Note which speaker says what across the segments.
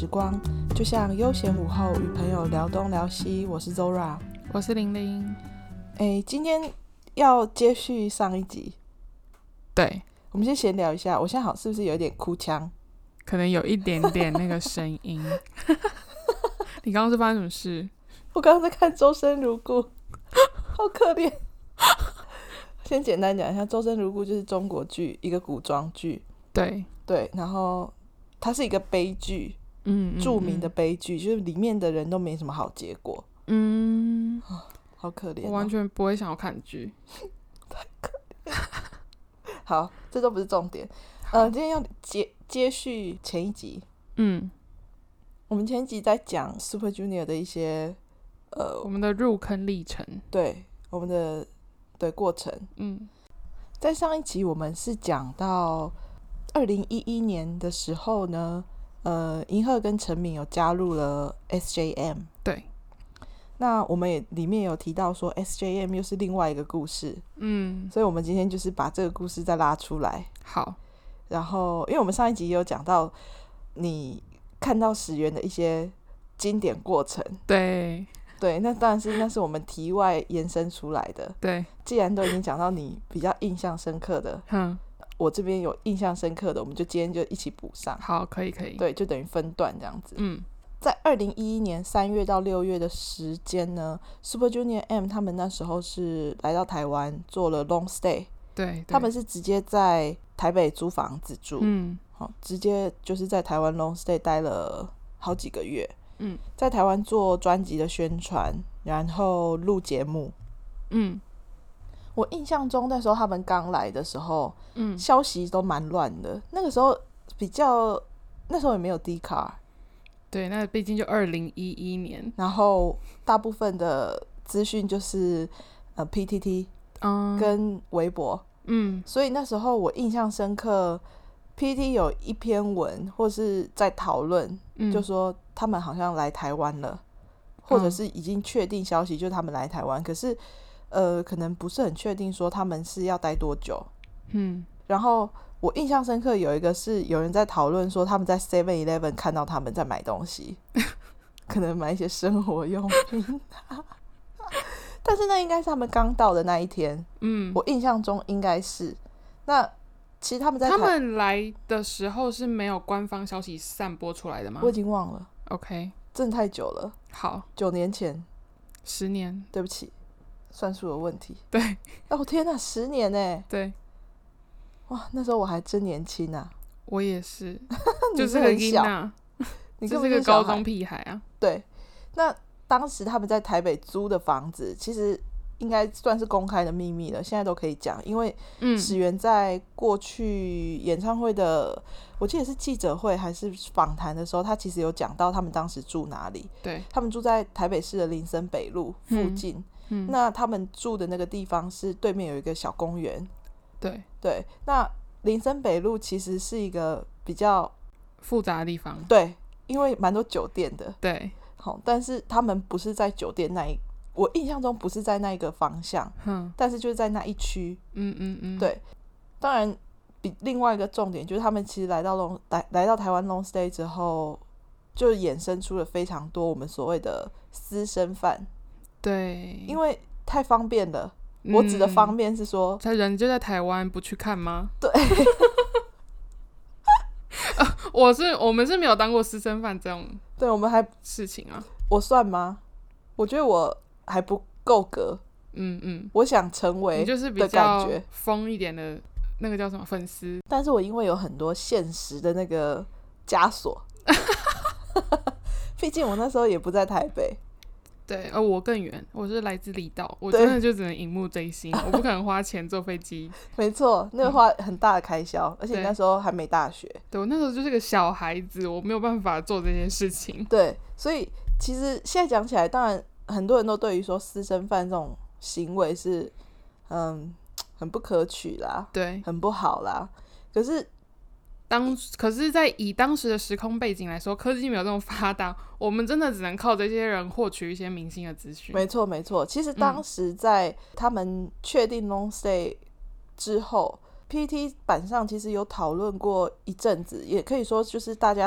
Speaker 1: 光，就像悠闲午后与朋友聊东聊西。我是 Zora，
Speaker 2: 我是玲玲。
Speaker 1: 今天要接续上一集，
Speaker 2: 对，
Speaker 1: 我们先闲聊一下。我现在好是不是有点哭腔？
Speaker 2: 可能有一点点那个声音。你刚刚是发生什么事？
Speaker 1: 我刚刚在看《周生如故》，好可怜。先简单讲一下，《周生如故》就是中国剧，一个古装剧。对，然后它是一个悲剧，著名的悲剧，就是里面的人都没什么好结果。好可怜，
Speaker 2: 我完全不会想要看剧。
Speaker 1: 太可怜。好，这都不是重点。今天要接续前一集。我们前一集在讲 Super Junior 的一些
Speaker 2: 我们的入坑历程，
Speaker 1: 对我们的过程。在上一集我们是讲到2011年的时候呢，银赫跟陈敏有加入了 SJM。
Speaker 2: 对，
Speaker 1: 那我们也里面有提到说 SJM 又是另外一个故事。所以我们今天就是把这个故事再拉出来。
Speaker 2: 好，
Speaker 1: 然后因为我们上一集也有讲到你看到始源的一些经典过程。对，那当然那是我们题外延伸出来的。
Speaker 2: 对，
Speaker 1: 既然都已经讲到你比较印象深刻的，我这边有印象深刻的，我们就今天就一起补上。
Speaker 2: 好，可以。
Speaker 1: 对，就等于分段这样子。在2011年3月到6月的时间呢， Super Junior M 他们那时候是来到台湾做了 long stay。
Speaker 2: 对，
Speaker 1: 他们是直接在台北租房子住。直接就是在台湾 long stay 待了好几个月。在台湾做专辑的宣传，然后录节目。我印象中那时候他们刚来的时候，消息都蛮乱的。那个时候那时候也没有 Dcard。
Speaker 2: 对，那毕竟就2011年，
Speaker 1: 然后大部分的资讯就是PTT 跟微博。所以那时候我印象深刻， PTT 有一篇文或是在讨论，就说他们好像来台湾了，或者是已经确定消息就是他们来台湾，可是可能不是很确定说他们是要待多久。然后我印象深刻有一个是有人在讨论说他们在 7-Eleven 看到他们在买东西，可能买一些生活用品。但是那应该是他们刚到的那一天。我印象中应该是。那其实他们
Speaker 2: 来的时候是没有官方消息散播出来的吗？
Speaker 1: 我已经忘了。
Speaker 2: OK，
Speaker 1: 真的太久了。
Speaker 2: 好
Speaker 1: ，9年前。
Speaker 2: 10年，
Speaker 1: 对不起，算数有问题。
Speaker 2: 对，
Speaker 1: 天哪，10年耶。
Speaker 2: 对，
Speaker 1: 哇，那时候我还真年轻啊。
Speaker 2: 我也是。
Speaker 1: 就是
Speaker 2: 个囡仔，
Speaker 1: 你
Speaker 2: 就是个高中屁孩啊。
Speaker 1: 对，那当时他们在台北租的房子其实应该算是公开的秘密了，现在都可以讲。因为始源在过去演唱会的，我记得是记者会还是访谈的时候，他其实有讲到他们当时住哪里。
Speaker 2: 对，
Speaker 1: 他们住在台北市的林森北路附近。那他们住的那个地方是对面有一个小公园。对，那林森北路其实是一个比较
Speaker 2: 复杂的地方。
Speaker 1: 对，因为蛮多酒店的。
Speaker 2: 对，
Speaker 1: 但是他们不是在酒店我印象中不是在那一个方向。但是就是在那一区。对，当然另外一个重点就是他们其实来到台湾 long stay 之后，就衍生出了非常多我们所谓的私生饭。
Speaker 2: 对，
Speaker 1: 因为太方便了。我指的方便是说
Speaker 2: 他人就在台湾，不去看吗？
Speaker 1: 对。
Speaker 2: 我们是没有当过私生饭这种
Speaker 1: 对，我们还
Speaker 2: 事情啊。
Speaker 1: 我算吗？我觉得我还不够格。我想成为
Speaker 2: 你就是比较疯一点的那个叫什么粉丝，
Speaker 1: 但是我因为有很多现实的那个枷锁。毕竟我那时候也不在台北。
Speaker 2: 对，我更远，我是来自离岛，我真的就只能荧幕追星，我不可能花钱坐飞机。
Speaker 1: 没错，那个花很大的开销，而且那时候还没大学。
Speaker 2: 对，我那时候就是个小孩子，我没有办法做这件事情。
Speaker 1: 对，所以其实现在讲起来，当然很多人都对于说私生饭这种行为是很不可取啦，
Speaker 2: 对，
Speaker 1: 很不好啦。
Speaker 2: 可是在以当时的时空背景来说，科技没有这么发达，我们真的只能靠这些人获取一些明星的资讯。
Speaker 1: 没错，其实当时在他们确定 long stay 之后，PTT 版上其实有讨论过一阵子，也可以说就是大家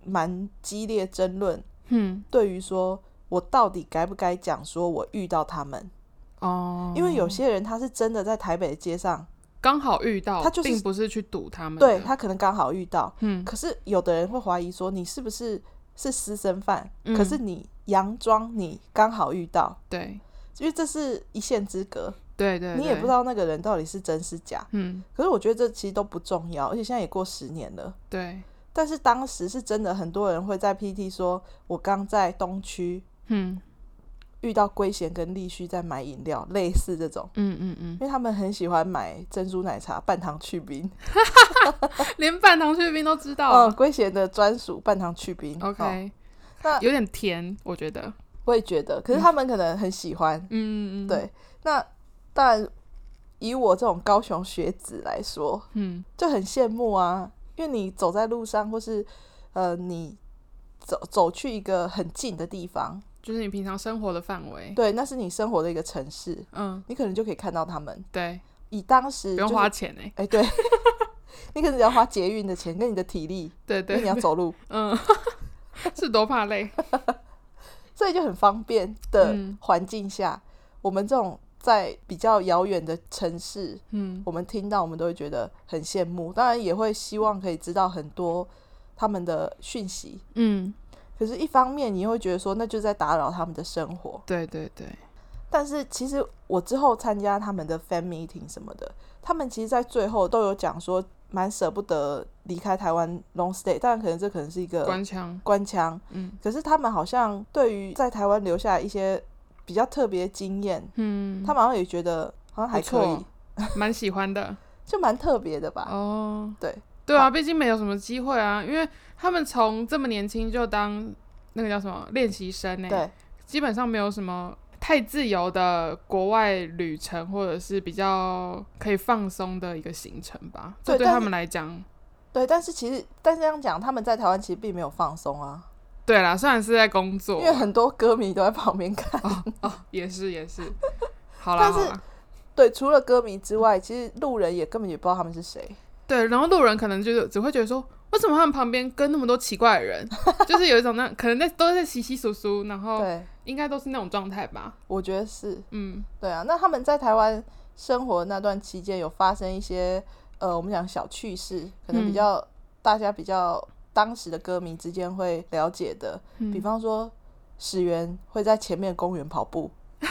Speaker 1: 蛮激烈争论，对于说我到底该不该讲说我遇到他们因为有些人他是真的在台北的街上
Speaker 2: 刚好遇到，
Speaker 1: 他就是
Speaker 2: 并不是去堵他们的，
Speaker 1: 对，他可能刚好遇到，可是有的人会怀疑说你是不是私生饭，可是你佯装你刚好遇到，
Speaker 2: 对，
Speaker 1: 因为这是一线之隔，
Speaker 2: 对对对，
Speaker 1: 你也不知道那个人到底是真是假，可是我觉得这其实都不重要，而且现在也过10年了，
Speaker 2: 对，
Speaker 1: 但是当时是真的很多人会在 PT 说我刚在东区遇到龟贤跟立旭在买饮料，类似这种，因为他们很喜欢买珍珠奶茶半糖去冰
Speaker 2: 连半糖去冰都知道
Speaker 1: 龟贤的专属半糖去冰
Speaker 2: OK、那有点甜，我觉得
Speaker 1: 我也觉得，可是他们可能很喜欢对，那当然以我这种高雄学子来说就很羡慕啊，因为你走在路上或是你走去一个很近的地方，
Speaker 2: 就是你平常生活的范围，
Speaker 1: 对，那是你生活的一个城市，你可能就可以看到他们，
Speaker 2: 对，
Speaker 1: 以当时、
Speaker 2: 不用花钱
Speaker 1: 对你可能只要花捷运的钱跟你的体力，
Speaker 2: 对对，
Speaker 1: 因为你要走路
Speaker 2: 是多怕累
Speaker 1: 所以就很方便的环境下，我们这种在比较遥远的城市我们听到我们都会觉得很羡慕，当然也会希望可以知道很多他们的讯息可是一方面你又会觉得说那就是在打扰他们的生活，
Speaker 2: 对对对，
Speaker 1: 但是其实我之后参加他们的 fan meeting 什么的，他们其实在最后都有讲说蛮舍不得离开台湾 long stay， 当然可能这可能是一个官腔可是他们好像对于在台湾留下一些比较特别的经验他们好像也觉得好像还可以，
Speaker 2: 蛮喜欢的
Speaker 1: 就蛮特别的吧
Speaker 2: 对啊，毕竟没有什么机会啊，因为他们从这么年轻就当那个叫什么练习生
Speaker 1: 对，
Speaker 2: 基本上没有什么太自由的国外旅程，或者是比较可以放松的一个行程吧，这对他们来讲
Speaker 1: 对，但是这样讲他们在台湾其实并没有放松啊，
Speaker 2: 对啦，虽然是在工作
Speaker 1: 因为很多歌迷都在旁边看
Speaker 2: 也是好啦，
Speaker 1: 但是对，除了歌迷之外，其实路人也根本也不知道他们是谁，
Speaker 2: 对，然后路人可能就只会觉得说为什么他们旁边跟那么多奇怪的人就是有一种可能都在稀稀疏疏，然后应该都是那种状态吧，
Speaker 1: 我觉得是对啊，那他们在台湾生活那段期间有发生一些我们讲小趣事，可能比较大家比较当时的歌迷之间会了解的比方说始源会在前面公园跑步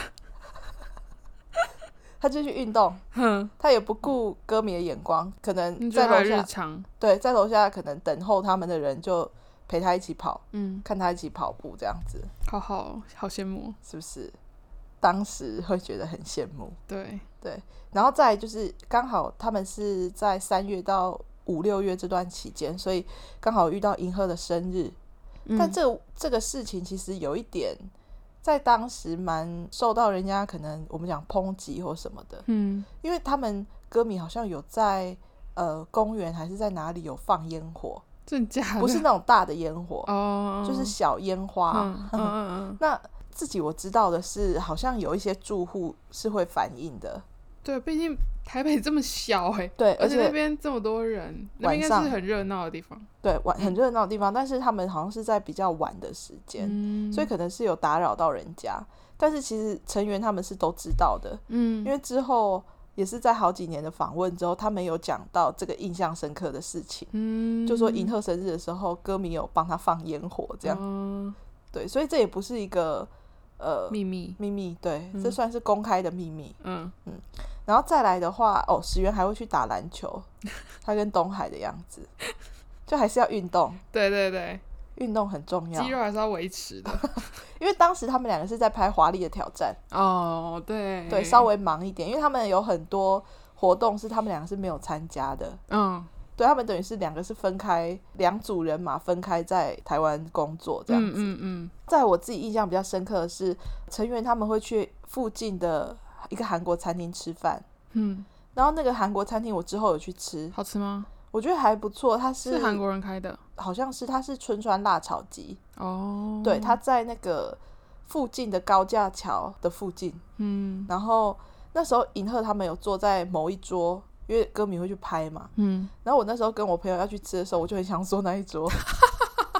Speaker 1: 他就去运动他也不顾歌迷的眼光，可能在楼下
Speaker 2: 日常
Speaker 1: 对，在楼下可能等候他们的人就陪他一起跑看他一起跑步这样子，
Speaker 2: 好羡慕，
Speaker 1: 是不是当时会觉得很羡慕，对，然后再来就是刚好他们是在3月到5、6月这段期间，所以刚好遇到银赫的生日但这个事情其实有一点在当时蛮受到人家可能我们讲抨击或什么的因为他们歌迷好像有在公园还是在哪里有放烟火，
Speaker 2: 真的假的？
Speaker 1: 不是那种大的烟火就是小烟花那自己我知道的是好像有一些住户是会反映的，
Speaker 2: 对，毕竟台北这么小
Speaker 1: 对，
Speaker 2: 而且那边这么多人，那边应该是很热闹的地方，
Speaker 1: 对，很热闹的地方但是他们好像是在比较晚的时间所以可能是有打扰到人家，但是其实成员他们是都知道的因为之后也是在好几年的访问之后他们有讲到这个印象深刻的事情就说银赫生日的时候歌迷有帮他放烟火这样对，所以这也不是一个秘密对这算是公开的秘密然后再来的话始源还会去打篮球他跟东海的样子就还是要运动，
Speaker 2: 对
Speaker 1: 运动很重要，
Speaker 2: 肌肉还是要维持的
Speaker 1: 因为当时他们两个是在拍华丽的挑战对，稍微忙一点，因为他们有很多活动是他们两个是没有参加的对，他们等于是两个是分开2组人马分开在台湾工作这样子在我自己印象比较深刻的是成员他们会去附近的一个韩国餐厅吃饭然后那个韩国餐厅我之后有去吃，
Speaker 2: 好吃吗？
Speaker 1: 我觉得还不错，它是
Speaker 2: 韩国人开的，
Speaker 1: 好像是它是春川辣炒鸡对，它在那个附近的高架桥的附近然后那时候银赫他们有坐在某一桌，因为歌迷会去拍嘛然后我那时候跟我朋友要去吃的时候我就很想坐那一桌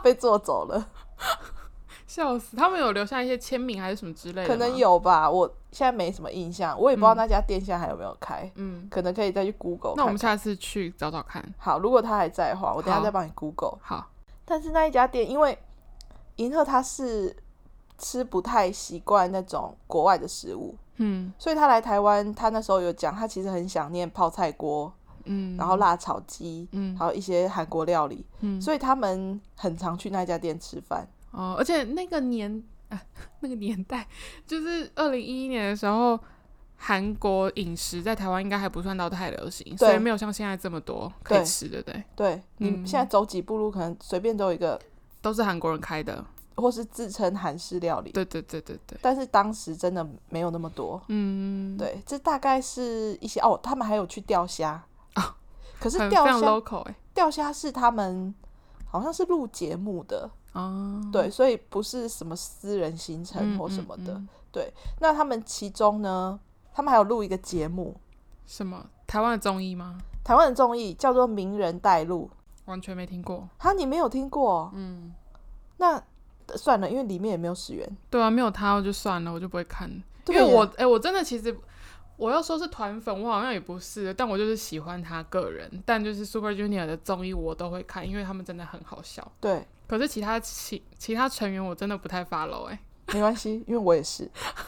Speaker 1: 被做走了。
Speaker 2: 笑死！他们有留下一些签名还是什么之类的吗？
Speaker 1: 可能有吧，我现在没什么印象，我也不知道那家店现在还有没有开。可能可以再去 Google 看看。
Speaker 2: 那我们下次去找找看。
Speaker 1: 好，如果他还在的话，我等一下再帮你 Google。
Speaker 2: 好。
Speaker 1: 但是那一家店，因为银赫他是吃不太习惯那种国外的食物，所以他来台湾，他那时候有讲，他其实很想念泡菜锅，然后辣炒鸡，还有一些韩国料理，所以他们很常去那家店吃饭。
Speaker 2: 而且那个年代，就是2011年的时候，韩国饮食在台湾应该还不算到太流行，所以没有像现在这么多可以吃，对不对？
Speaker 1: 对，你现在走几步路，可能随便都有一个，
Speaker 2: 都是韩国人开的，
Speaker 1: 或是自称韩式料理。
Speaker 2: 对。
Speaker 1: 但是当时真的没有那么多。对，这大概是一些他们还有去钓虾可是钓虾
Speaker 2: 非常 local
Speaker 1: 钓虾是他们好像是录节目的。对，所以不是什么私人行程或什么的。对，那他们其中呢，他们还有录一个节目。
Speaker 2: 什么？台湾的综艺吗？
Speaker 1: 台湾的综艺叫做《名人带路》。
Speaker 2: 完全没听过。
Speaker 1: 你没有听过？那算了，因为里面也没有始源。
Speaker 2: 对啊，没有他就算了，我就不会看。因为我真的其实我要说是团粉，我好像也不是，但我就是喜欢他个人。但就是 Super Junior 的综艺我都会看，因为他们真的很好笑。
Speaker 1: 对。
Speaker 2: 可是其他成员我真的不太 follow
Speaker 1: 没关系，因为我也是。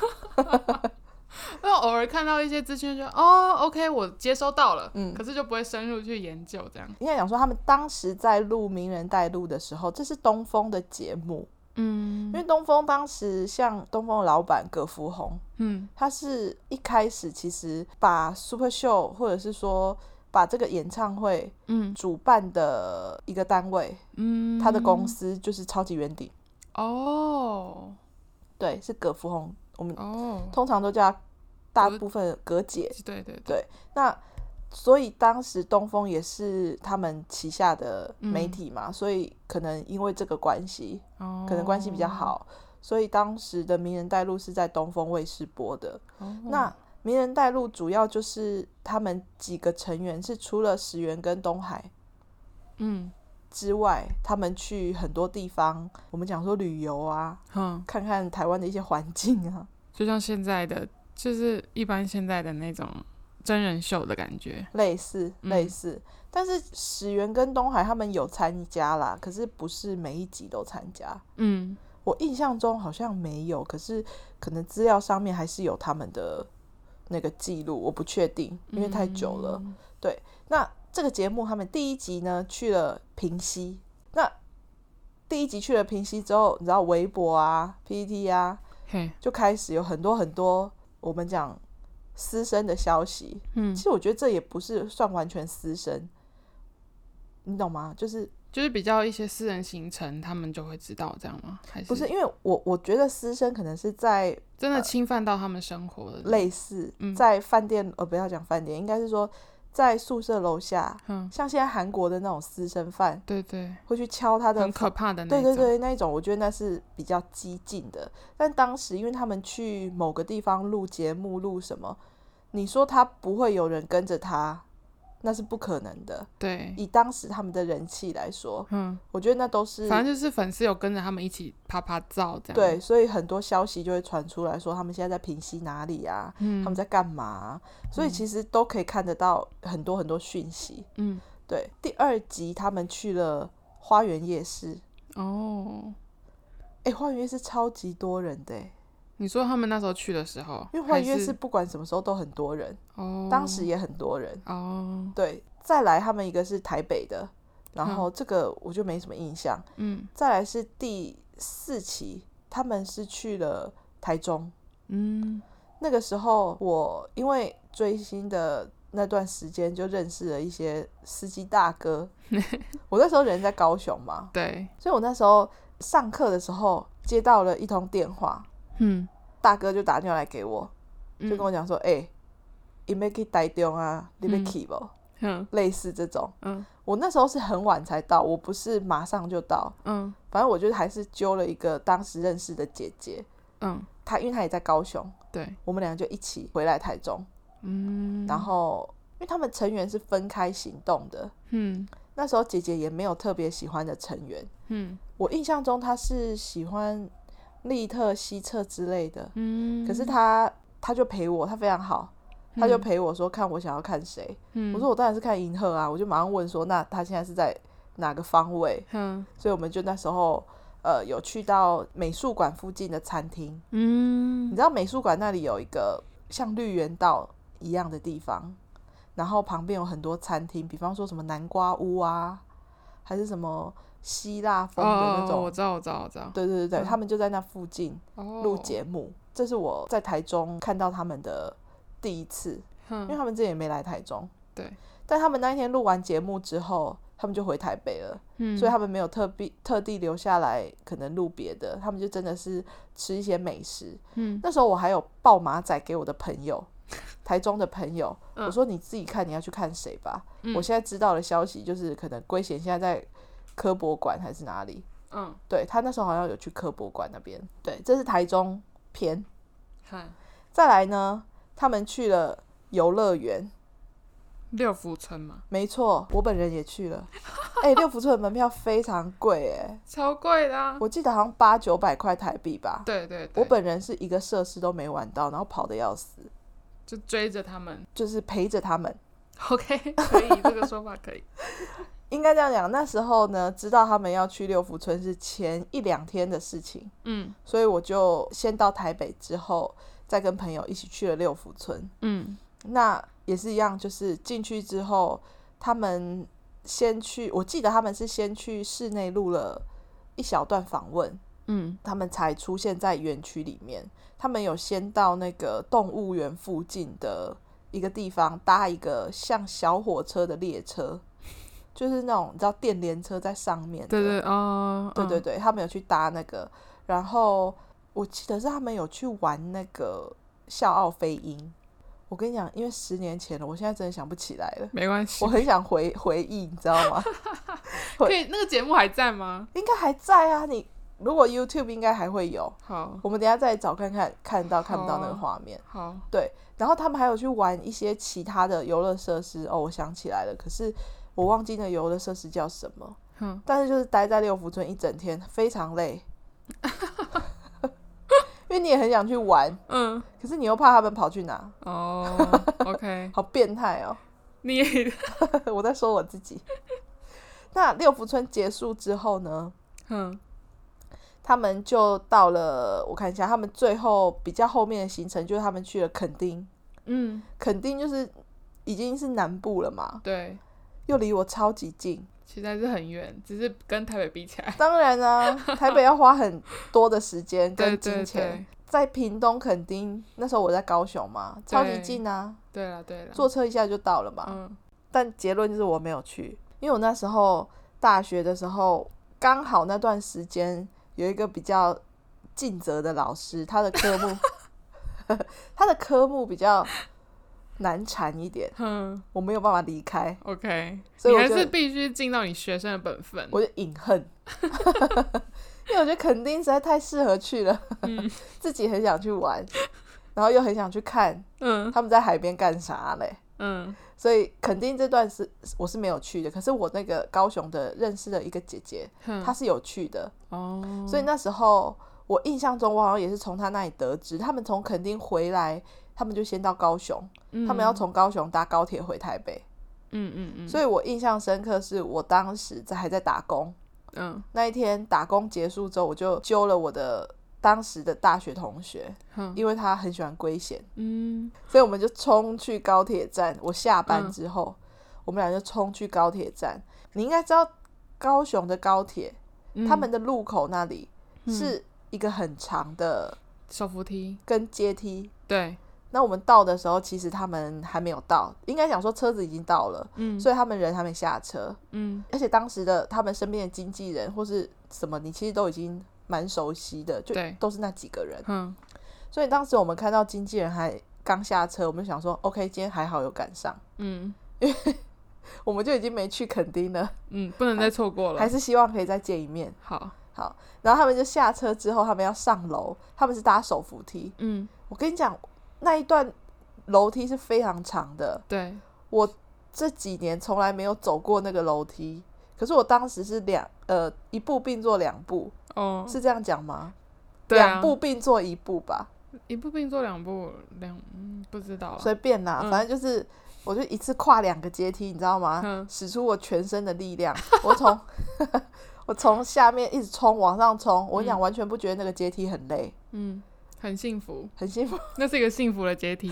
Speaker 2: 因为偶尔看到一些资讯就OK 我接收到了，可是就不会深入去研究这样。
Speaker 1: 应该讲说他们当时在录名人带路的时候，这是东风的节目。因为东风当时像东风的老板葛福洪，他是一开始其实把 Super Show 或者是说把这个演唱会主办的一个单位，他的公司就是超级圆顶。对，是葛福洪，我们通常都叫他大部分葛姐。对，那所以当时东风也是他们旗下的媒体嘛，所以可能因为这个关系，可能关系比较好，所以当时的名人带路是在东风卫视播的。那名人带路主要就是他们几个成员是除了始源跟东海之外，他们去很多地方，我们讲说旅游啊，看看台湾的一些环境啊，
Speaker 2: 就像现在的就是一般现在的那种真人秀的感觉，
Speaker 1: 类似。但是始源跟东海他们有参加啦，可是不是每一集都参加。我印象中好像没有，可是可能资料上面还是有他们的那个记录，我不确定，因为太久了。对，那这个节目他们第一集呢去了平溪，那第一集去了平溪之后，你知道微博啊 PTT 啊就开始有很多很多我们讲私生的消息。其实我觉得这也不是算完全私生，你懂吗？就是
Speaker 2: 比较一些私人行程他们就会知道这样吗？还是
Speaker 1: 不是？因为我觉得私生可能是在
Speaker 2: 真的侵犯到他们生活的
Speaker 1: 类似在饭店不要讲饭店，应该是说在宿舍楼下，像现在韩国的那种私生饭，
Speaker 2: 对，
Speaker 1: 会去敲他的，
Speaker 2: 很可怕的那种。
Speaker 1: 对，那一种我觉得那是比较激进的。但当时因为他们去某个地方录节目录什么，你说他不会有人跟着他，那是不可能的。
Speaker 2: 对，
Speaker 1: 以当时他们的人气来说，我觉得那都是
Speaker 2: 反正就是粉丝有跟着他们一起拍照这样。
Speaker 1: 对，所以很多消息就会传出来说他们现在在平溪哪里啊，他们在干嘛所以其实都可以看得到很多很多讯息。对，第二集他们去了花园夜市。花园夜市超级多人的
Speaker 2: 你说他们那时候去的时候，
Speaker 1: 因为花园夜市不管什么时候都很多人，当时也很多人。对，再来他们一个是台北的，然后这个我就没什么印象。再来是第4期，他们是去了台中。那个时候我因为追星的那段时间就认识了一些司机大哥。我那时候人在高雄嘛，
Speaker 2: 对，
Speaker 1: 所以我那时候上课的时候接到了一通电话。大哥就打电话来给我，就跟我讲说你要去台中啊，你要去不？类似这种。我那时候是很晚才到，我不是马上就到。反正我就还是揪了一个当时认识的姐姐。她因为她也在高雄，
Speaker 2: 对，
Speaker 1: 我们俩就一起回来台中。然后因为他们成员是分开行动的。 那时候姐姐也没有特别喜欢的成员。我印象中她是喜欢利特、希澈之类的。可是她就陪我，她非常好，她就陪我说看我想要看谁。我说我当然是看银赫啊，我就马上问说那她现在是在哪个方位？所以我们就那时候有去到美术馆附近的餐厅。你知道美术馆那里有一个像绿园道一样的地方，然后旁边有很多餐厅，比方说什么南瓜屋啊，还是什么希腊风的那种。
Speaker 2: 我知道。
Speaker 1: 对对对，他们就在那附近录节目。这是我在台中看到他们的第一次，因为他们之前也没来台中。
Speaker 2: 对，
Speaker 1: 但他们那一天录完节目之后，他们就回台北了。所以他们没有特地留下来可能录别的，他们就真的是吃一些美食。那时候我还有报马仔给我的朋友，台中的朋友，我说你自己看你要去看谁吧。我现在知道的消息就是可能圭贤现在在科博馆还是哪里。对，他那时候好像有去科博馆那边。对，这是台中篇。再来呢，他们去了游乐园。
Speaker 2: 六福村吗？
Speaker 1: 没错，我本人也去了。六福村的门票非常贵
Speaker 2: 超贵的啊！
Speaker 1: 我记得好像800-900块台币吧。
Speaker 2: 对对对，
Speaker 1: 我本人是一个设施都没玩到，然后跑得要死，
Speaker 2: 就追着他们，
Speaker 1: 就是陪着他们。
Speaker 2: OK， 可以，这个说法可以。
Speaker 1: 应该这样讲，那时候呢，知道他们要去六福村是前1-2天的事情。所以我就先到台北之后，再跟朋友一起去了六福村。那也是一样，就是进去之后，他们先去，我记得他们是先去室内录了一小段访问。他们才出现在园区里面。他们有先到那个动物园附近的一个地方搭一个像小火车的列车，就是那种你知道电联车在上面的。
Speaker 2: 对对
Speaker 1: 对，他们有去搭那个。然后我记得是他们有去玩那个笑傲飞鹰。我跟你讲，因为10年前了，我现在真的想不起来了。
Speaker 2: 没关系，
Speaker 1: 我很想回忆，你知道吗？
Speaker 2: 可以，那个节目还在吗？
Speaker 1: 应该还在啊，你如果 YouTube 应该还会有。
Speaker 2: 好，
Speaker 1: 我们等一下再找看看，看不到那个画面。
Speaker 2: 好，
Speaker 1: 对，然后他们还有去玩一些其他的游乐设施。我想起来了，可是我忘记那游乐设施叫什么。但是就是待在六福村一整天，非常累。因为你也很想去玩，可是你又怕他们跑去哪。
Speaker 2: OK，
Speaker 1: 好变态哦！
Speaker 2: 你
Speaker 1: 我在说我自己。那六福村结束之后呢？他们就到了，我看一下，他们最后比较后面的行程就是他们去了垦丁。垦丁就是已经是南部了嘛。
Speaker 2: 对，
Speaker 1: 又离我超级近。
Speaker 2: 其实还是很远，只是跟台北比起来。
Speaker 1: 当然啊，台北要花很多的时间跟金钱。
Speaker 2: 对对对，
Speaker 1: 在屏东垦丁，那时候我在高雄嘛，超级近啊。
Speaker 2: 对啦，
Speaker 1: 坐车一下就到了嘛。但结论就是我没有去，因为我那时候大学的时候，刚好那段时间有一个比较尽责的老师，他的科目比较难缠一点。我没有办法离开。
Speaker 2: OK，
Speaker 1: 所以
Speaker 2: 你还是必须尽到你学生的本分。
Speaker 1: 我就隐恨。因为我觉得垦丁实在太适合去了。自己很想去玩，然后又很想去看他们在海边干啥嘞。所以垦丁这段我是没有去的，可是我那个高雄的认识的一个姐姐，她是有去的。所以那时候我印象中我好像也是从她那里得知，他们从垦丁回来，他们就先到高雄。他们要从高雄搭高铁回台北。所以我印象深刻是我当时还在打工。那一天打工结束之后，我就揪了我的当时的大学同学，因为他很喜欢龟贤。所以我们就冲去高铁站。我下班之后，我们俩就冲去高铁站。你应该知道高雄的高铁，他们的路口那里是一个很长的
Speaker 2: 手扶梯
Speaker 1: 跟阶梯。
Speaker 2: 对，
Speaker 1: 那我们到的时候，其实他们还没有到，应该讲说车子已经到了。所以他们人还没下车。而且当时的他们身边的经纪人或是什么，你其实都已经蛮熟悉的，就都是那几个人。所以当时我们看到经纪人还刚下车，我们就想说 OK， 今天还好有赶上。因为我们就已经没去垦丁了。
Speaker 2: 不能再错过了，
Speaker 1: 还是希望可以再见一面。好，然后他们就下车之后，他们要上楼，他们是搭手扶梯。我跟你讲，那一段楼梯是非常长的。
Speaker 2: 对，
Speaker 1: 我这几年从来没有走过那个楼梯，可是我当时是一步并作两步，是这样讲吗？
Speaker 2: 对啊，
Speaker 1: 两步并作一步吧，
Speaker 2: 一步并作两步，不知道，
Speaker 1: 随便啦，反正就是我就一次跨2个阶梯，你知道吗？使出我全身的力量，我从下面一直冲往上冲，我跟你讲，完全不觉得那个阶梯很累，
Speaker 2: 很幸福，
Speaker 1: 很幸福，
Speaker 2: 那是一个幸福的阶梯。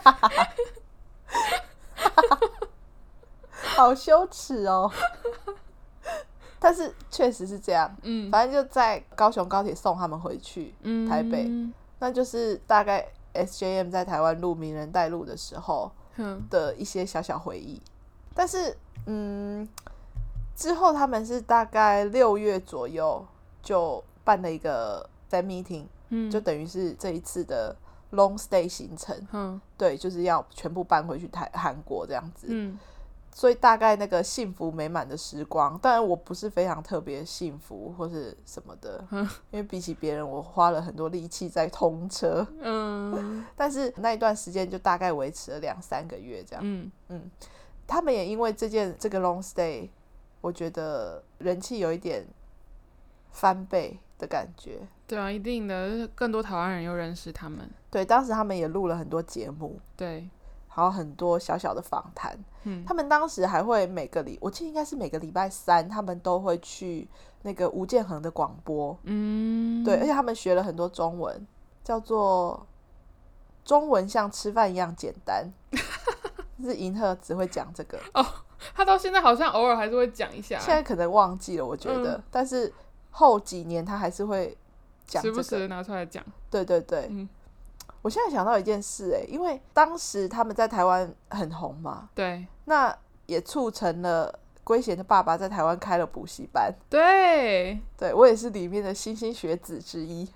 Speaker 1: 好羞耻哦。但是确实是这样，反正就在高雄高铁送他们回去台北，那就是大概 SJM 在台湾录名人带路的时候的一些小小回忆。但是之后他们是大概6月左右就办了一个 fan meeting，就等于是这一次的 long stay 行程，对，就是要全部搬回去韩国这样子，所以大概那个幸福美满的时光，当然我不是非常特别幸福或是什么的，因为比起别人我花了很多力气在通车，但是那一段时间就大概维持了2-3个月这样，他们也因为这个 long stay， 我觉得人气有一点翻倍的感觉。
Speaker 2: 对啊，一定的，更多台湾人又认识他们。
Speaker 1: 对，当时他们也录了很多节目，
Speaker 2: 对，
Speaker 1: 还有很多小小的访谈。他们当时还会我记得应该是每个礼拜3，他们都会去那个吴建衡的广播。对，而且他们学了很多中文，叫做中文像吃饭一样简单。是银赫只会讲这个
Speaker 2: 他到现在好像偶尔还是会讲一下，
Speaker 1: 现在可能忘记了我觉得，但是后几年他还是会讲这个，
Speaker 2: 时不时的拿出来讲。
Speaker 1: 对对对，我现在想到一件事因为当时他们在台湾很红嘛，
Speaker 2: 对，
Speaker 1: 那也促成了圭贤的爸爸在台湾开了补习班。
Speaker 2: 对，
Speaker 1: 我也是里面的莘莘学子之一。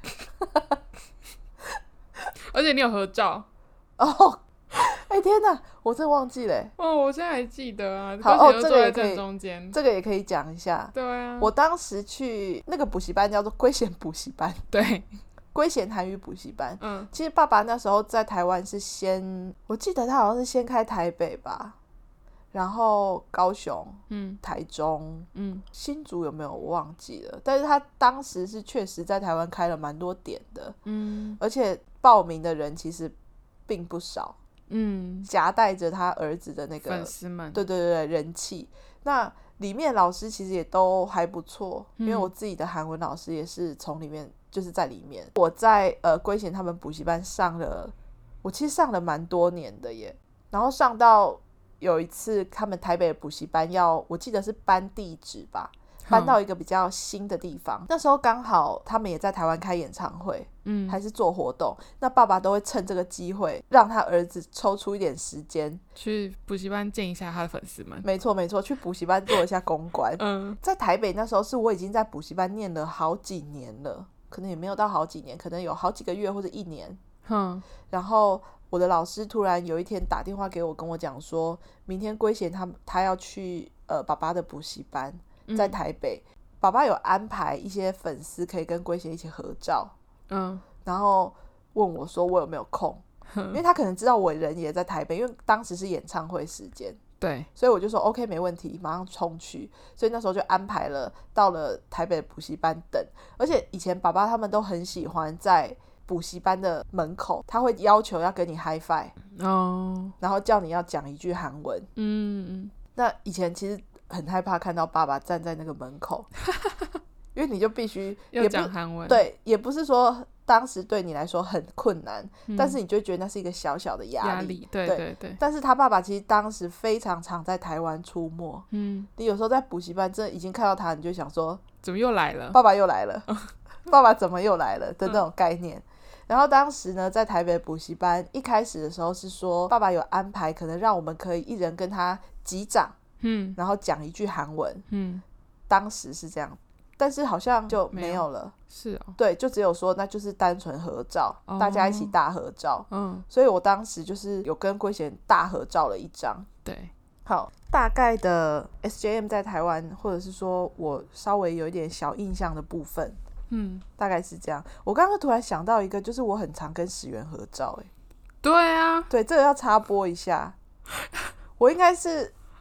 Speaker 2: 而且你有合照
Speaker 1: 天哪，我真的忘记了
Speaker 2: 我现在还记得啊。
Speaker 1: 好
Speaker 2: 这个也可以，中间
Speaker 1: 这个也可以讲一下。
Speaker 2: 对啊，
Speaker 1: 我当时去那个补习班叫做圭贤补习班，
Speaker 2: 对，
Speaker 1: 圭贤韩语补习班。其实爸爸那时候在台湾是我记得他好像是先开台北吧，然后高雄，台中，新竹有没有我忘记了，但是他当时是确实在台湾开了蛮多点的，而且报名的人其实并不少，夹带着他儿子的那个
Speaker 2: 粉丝们，
Speaker 1: 对对对，人气。那里面老师其实也都还不错，因为我自己的韩文老师也是从里面，就是在里面。我在圭贤他们补习班我其实上了蛮多年的耶，然后上到有一次他们台北的补习班我记得是搬地址吧，搬到一个比较新的地方，那时候刚好他们也在台湾开演唱会，还是做活动，那爸爸都会趁这个机会让他儿子抽出一点时间
Speaker 2: 去补习班见一下他的粉丝们。
Speaker 1: 没错没错，去补习班做一下公关。在台北那时候是我已经在补习班念了好几年了，可能也没有到好几年，可能有好几个月或者1年。然后我的老师突然有一天打电话给我，跟我讲说明天圭贤他要去爸爸的补习班在台北，爸爸有安排一些粉丝可以跟圭贤一起合照，然后问我说我有没有空，因为他可能知道我人也在台北，因为当时是演唱会时间，
Speaker 2: 对，
Speaker 1: 所以我就说 OK 没问题，马上冲去。所以那时候就安排了到了台北的补习班等，而且以前爸爸他们都很喜欢在补习班的门口，他会要求要跟你 high five，然后叫你要讲一句韩文。那以前其实很害怕看到爸爸站在那个门口，因为你就必须
Speaker 2: 要讲韩文，
Speaker 1: 对，也不是说当时对你来说很困难，但是你就会觉得那是一个小小的压力。
Speaker 2: 对对对。
Speaker 1: 但是他爸爸其实当时非常常在台湾出没，你有时候在补习班真的已经看到他，你就想说
Speaker 2: 怎么又来了？
Speaker 1: 爸爸又来了，爸爸怎么又来了的那种概念。然后当时呢，在台北补习班一开始的时候是说，爸爸有安排，可能让我们可以一人跟他击掌，然后讲一句韩文，当时是这样，但是好像就没有了。
Speaker 2: 是
Speaker 1: 对，就只有说那就是单纯合照，大家一起大合照。所以我当时就是有跟圭贤大合照了一张。
Speaker 2: 对，
Speaker 1: 好，大概的 SJM 在台湾，或者是说我稍微有一点小印象的部分。大概是这样。我刚刚突然想到一个，就是我很常跟始源合照。
Speaker 2: 对啊，
Speaker 1: 对，这个要插播一下。我应该是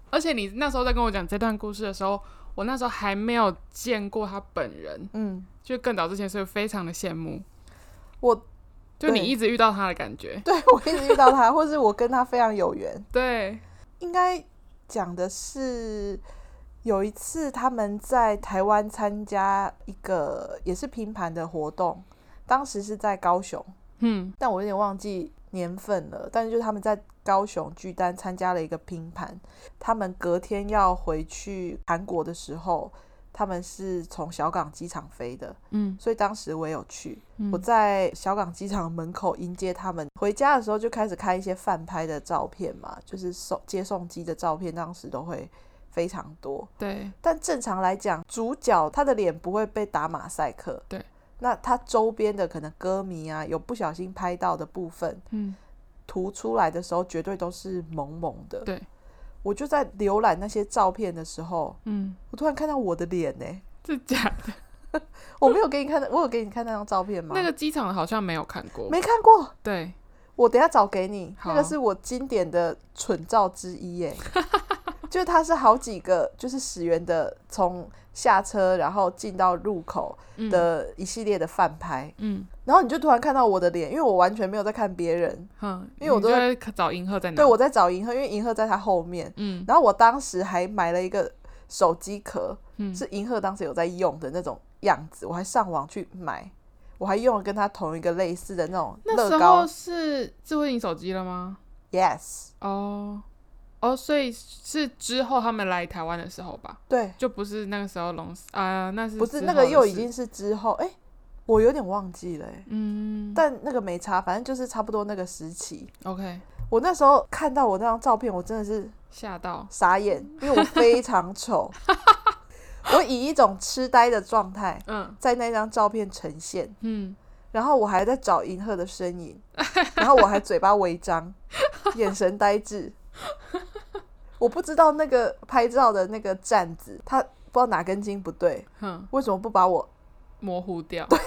Speaker 2: 而且你那时候在跟我讲这段故事的时候，我那时候还没有见过他本人，就更早之前，所以非常的羡慕。就你一直遇到他的感觉。
Speaker 1: 对，我一直遇到他，或是我跟他非常有缘。
Speaker 2: 对，
Speaker 1: 应该讲的是有一次他们在台湾参加一个也是拼盘的活动，当时是在高雄，但我有点忘记年份了，但是就是他们在高雄巨蛋参加了一个拼盘，他们隔天要回去韩国的时候，他们是从小港机场飞的，所以当时我也有去，我在小港机场门口迎接他们，回家的时候就开始开一些饭拍的照片嘛，就是接送机的照片，当时都会非常多。
Speaker 2: 对，
Speaker 1: 但正常来讲，主角他的脸不会被打马赛克，
Speaker 2: 对，
Speaker 1: 那他周边的可能歌迷啊，有不小心拍到的部分，涂出来的时候绝对都是蒙蒙的。
Speaker 2: 对，
Speaker 1: 我就在浏览那些照片的时候，我突然看到我的脸欸，
Speaker 2: 是假的？
Speaker 1: 我没有给你看，我有给你看那张照片吗？
Speaker 2: 那个机场好像没有看过。
Speaker 1: 没看过？
Speaker 2: 对，
Speaker 1: 我等一下找给你，那个是我经典的蠢照之一耶。就是它是好几个就是始源的从下车然后进到入口的一系列的饭拍，然后你就突然看到我的脸，因为我完全没有在看别人，因为我都
Speaker 2: 在找银赫在哪。
Speaker 1: 对，我在找银赫，因为银赫在他后面，然后我当时还买了一个手机壳，是银赫当时有在用的那种样子，我还上网去买，我还用了跟他同一个类似的那种乐高。
Speaker 2: 那时候是智慧型手机了吗？
Speaker 1: Yes。
Speaker 2: 所以是之后他们来台湾的时候吧？
Speaker 1: 对，
Speaker 2: 就不是那个时候那是
Speaker 1: 不是那个又已经是之后，我有点忘记了但那个没差，反正就是差不多那个时期。
Speaker 2: OK，
Speaker 1: 我那时候看到我那张照片，我真的是
Speaker 2: 吓到
Speaker 1: 傻眼，因为我非常丑我以一种痴呆的状态在那张照片呈现，然后我还在找银赫的身影，然后我还嘴巴微张眼神呆滞我不知道那个拍照的那个站子他不知道哪根筋不对，为什么不把我
Speaker 2: 模糊掉？
Speaker 1: 对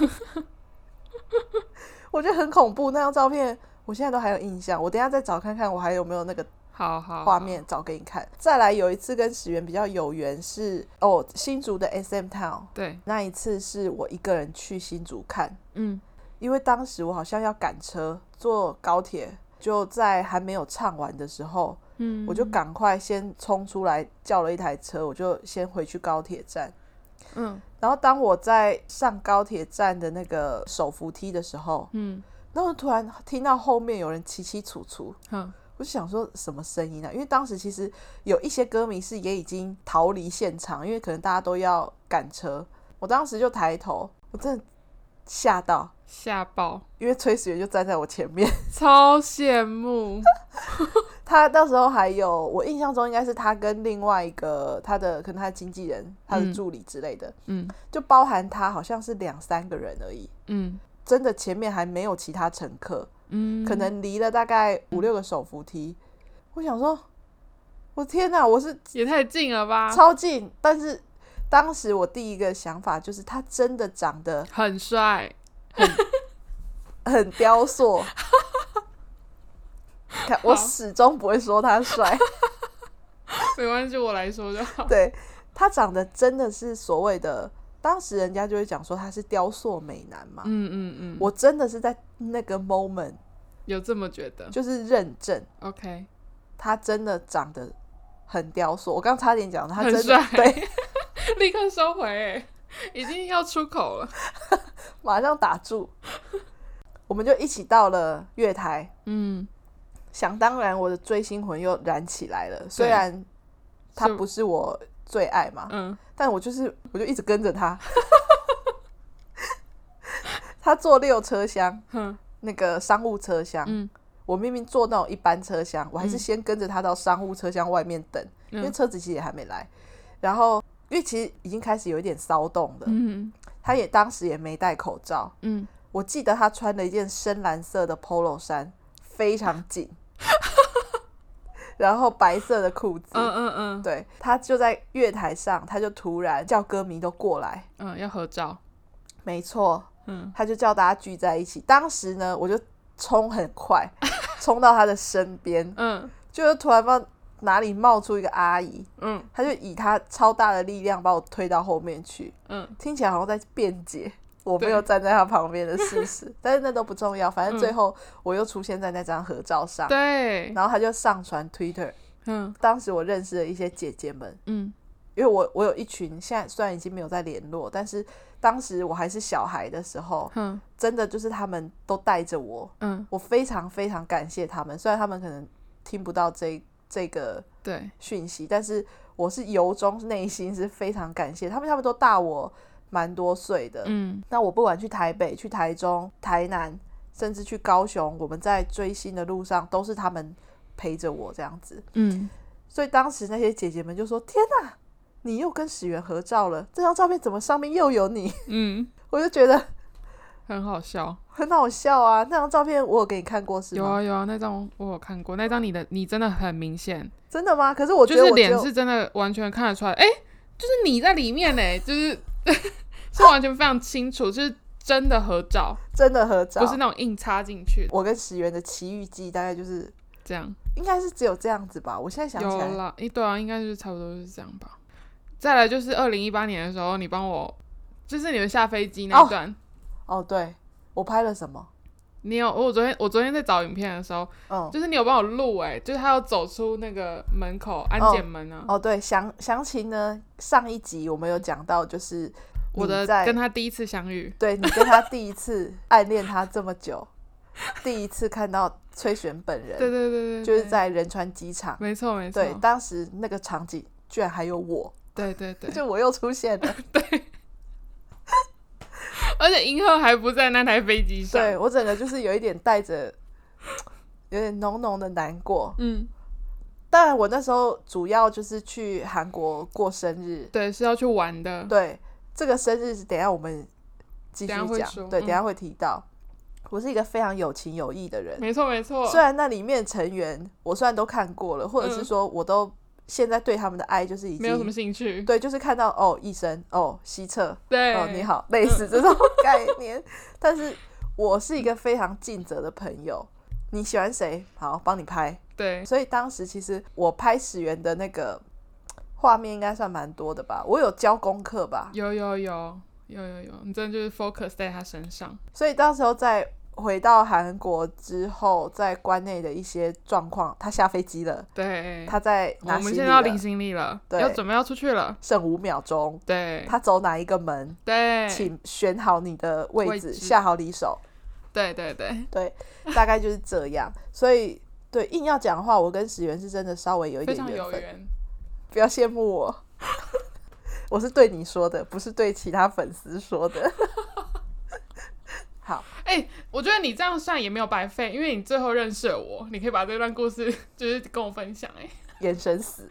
Speaker 1: 我觉得很恐怖，那张照片我现在都还有印象，我等一下再找看看我还有没有那个画面找给你看。再来有一次跟始源比较有缘是新竹的 SM Town， 对，那一次是我一个人去新竹看，因为当时我好像要赶车坐高铁，就在还没有唱完的时候，我就赶快先冲出来叫了一台车，我就先回去高铁站，然后当我在上高铁站的那个手扶梯的时候，然后突然听到后面有人起起楚楚，我就想说什么声音啊？因为当时其实有一些歌迷是也已经逃离现场，因为可能大家都要赶车。我当时就抬头，我真的吓爆，因为崔始源就站在我前面，
Speaker 2: 超羡慕
Speaker 1: 他那时候还有，我印象中应该是他跟另外一个可能他的经纪人、他的助理之类的，就包含他好像是2-3个人而已，真的前面还没有其他乘客，可能离了大概5-6个手扶梯。我想说我天哪，我是
Speaker 2: 也太近了吧，
Speaker 1: 超近。但是当时我第一个想法就是他真的长得
Speaker 2: 很帅，
Speaker 1: 很雕塑我始终不会说他帅
Speaker 2: 没关系，我来说就好。
Speaker 1: 对，他长得真的是所谓的，当时人家就会讲说他是雕塑美男嘛，我真的是在那个 moment
Speaker 2: 有这么觉得，
Speaker 1: 就是认证
Speaker 2: OK，
Speaker 1: 他真的长得很雕塑。我刚差点讲他真的
Speaker 2: 很帅，
Speaker 1: 对
Speaker 2: 立刻收回已经要出口了
Speaker 1: 马上打住我们就一起到了月台，想当然我的追星魂又燃起来了，虽然他不是我最爱嘛，但我就一直跟着他他坐6车厢，那个商务车厢，我明明坐那种一般车厢，我还是先跟着他到商务车厢外面等，因为车子其实也还没来，然后因为其实已经开始有一点骚动了，他也当时也没戴口罩，我记得他穿了一件深蓝色的 polo 衫，非常紧然后白色的裤子，对，他就在月台上，他就突然叫歌迷都过来，
Speaker 2: 要合照，
Speaker 1: 没错，他就叫大家聚在一起。当时呢，我就冲很快冲到他的身边，就突然不知道哪里冒出一个阿姨，她就以她超大的力量把我推到后面去，听起来好像在辩解我没有站在她旁边的事实，但是那都不重要，反正最后我又出现在那张合照上，
Speaker 2: 对，
Speaker 1: 然后她就上传 Twitter，当时我认识了一些姐姐们，因为我有一群现在虽然已经没有在联络，但是当时我还是小孩的时候，真的就是他们都带着我，我非常非常感谢他们，虽然他们可能听不到这个讯息，但是我是由衷内心是非常感谢他们都大我蛮多岁的，那我不管去台北、去台中、台南，甚至去高雄，我们在追星的路上都是他们陪着我这样子，所以当时那些姐姐们就说：“天哪，你又跟始源合照了，这张照片怎么上面又有你？”我就觉得
Speaker 2: 很好笑，
Speaker 1: 很好笑啊！那张照片我有给你看过是吗？
Speaker 2: 有啊有啊，那张我有看过，那张你真的很明显。
Speaker 1: 真的吗？可是我觉得
Speaker 2: 就是脸是真的完全看得出来，就是你在里面就是是完全非常清楚，就是真的合照，
Speaker 1: 真的合照，
Speaker 2: 不是那种硬插进去的。
Speaker 1: 我跟始源的奇遇记大概就是
Speaker 2: 这样，
Speaker 1: 应该是只有这样子吧？我现在想起来
Speaker 2: 有啦，对啊，应该就是差不多是这样吧。再来就是2018年的时候，你帮我，就是你们下飞机那段。
Speaker 1: 哦，对，我拍了什么？
Speaker 2: 我昨天在找影片的时候，就是你有帮我录就是他要走出那个门口安检门啊。
Speaker 1: 对，详情呢，上一集我们有讲到，就是
Speaker 2: 我的跟他第一次相遇，
Speaker 1: 对，你跟他第一次暗恋他这么久，第一次看到崔璇本人，
Speaker 2: 对，
Speaker 1: 就是在仁川机场，
Speaker 2: 没错，
Speaker 1: 对，当时那个场景居然还有我，
Speaker 2: 对，
Speaker 1: 就我又出现了，
Speaker 2: 对。而且银赫还不在那台飞机上，
Speaker 1: 对，我整个就是有一点带着有点浓浓的难过，当然我那时候主要就是去韩国过生日，
Speaker 2: 对，是要去玩的，
Speaker 1: 对，这个生日等一下我们继续讲，对，等一下会提到，我是一个非常有情有义的人，
Speaker 2: 没错，
Speaker 1: 虽然那里面成员我虽然都看过了，或者是说我都现在对他们的爱就是已经
Speaker 2: 没有什么兴趣，
Speaker 1: 对，就是看到医生西澈，
Speaker 2: 对，
Speaker 1: 你好，类似这种概念但是我是一个非常尽责的朋友，你喜欢谁好帮你拍，
Speaker 2: 对，
Speaker 1: 所以当时其实我拍始源的那个画面应该算蛮多的吧，我有交功课吧，
Speaker 2: 有，你真的就是 focus 在他身上，
Speaker 1: 所以到时候在回到韩国之后，在关内的一些状况，他下飞机了，
Speaker 2: 对，
Speaker 1: 他在拿行李了，
Speaker 2: 我们现在要领行李了，对，要准备要出去了，
Speaker 1: 剩5秒钟，
Speaker 2: 对，
Speaker 1: 他走哪一个门，
Speaker 2: 对，
Speaker 1: 请选好你的位置，下好离手，
Speaker 2: 对，
Speaker 1: 大概就是这样。所以对硬要讲的话，我跟始源是真的稍微有一点
Speaker 2: 缘分，非常有
Speaker 1: 缘，不要羡慕我，我是对你说的，不是对其他粉丝说的。好，
Speaker 2: 我觉得你这样算也没有白费，因为你最后认识了我，你可以把这段故事就是跟我分享。
Speaker 1: 眼神死。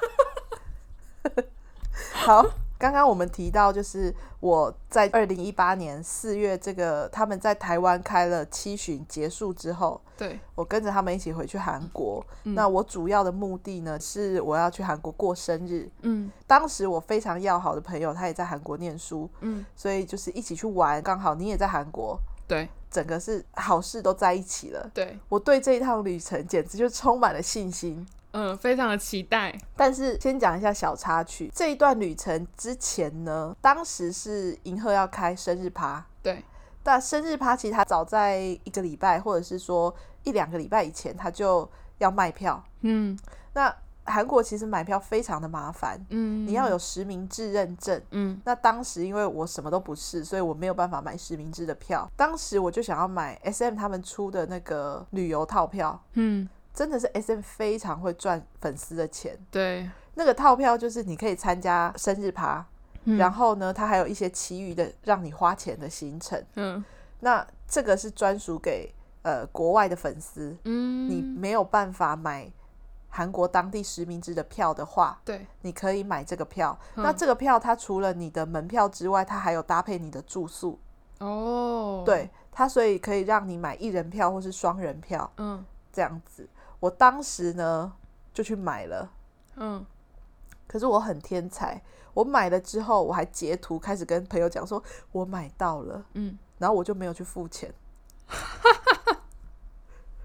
Speaker 1: 好，刚刚我们提到就是我在2018年4月这个他们在台湾开了7巡结束之后，
Speaker 2: 对，
Speaker 1: 我跟着他们一起回去韩国，那我主要的目的呢是我要去韩国过生日，当时我非常要好的朋友他也在韩国念书，所以就是一起去玩，刚好你也在韩国，
Speaker 2: 对，
Speaker 1: 整个是好事都在一起了，
Speaker 2: 对，
Speaker 1: 我对这一趟旅程简直就充满了信心，
Speaker 2: 非常的期待。但
Speaker 1: 是先讲一下小插曲，这一段旅程之前呢，当时是银赫要开生日趴，
Speaker 2: 对，
Speaker 1: 但生日趴其实他早在1个礼拜或者是说1-2个礼拜以前他就要卖票，那韩国其实买票非常的麻烦，你要有实名制认证，那当时因为我什么都不是，所以我没有办法买实名制的票，当时我就想要买 SM 他们出的那个旅游套票，真的是 SM 非常会赚粉丝的钱，
Speaker 2: 对，
Speaker 1: 那个套票就是你可以参加生日趴，然后呢它还有一些其余的让你花钱的行程，那这个是专属给国外的粉丝，你没有办法买韩国当地实名制的票的话，
Speaker 2: 对，
Speaker 1: 你可以买这个票，那这个票它除了你的门票之外，它还有搭配你的住宿，对，它所以可以让你买1人票或是双人票，这样子。我当时呢就去买了，可是我很天才，我买了之后我还截图开始跟朋友讲说我买到了，然后我就没有去付钱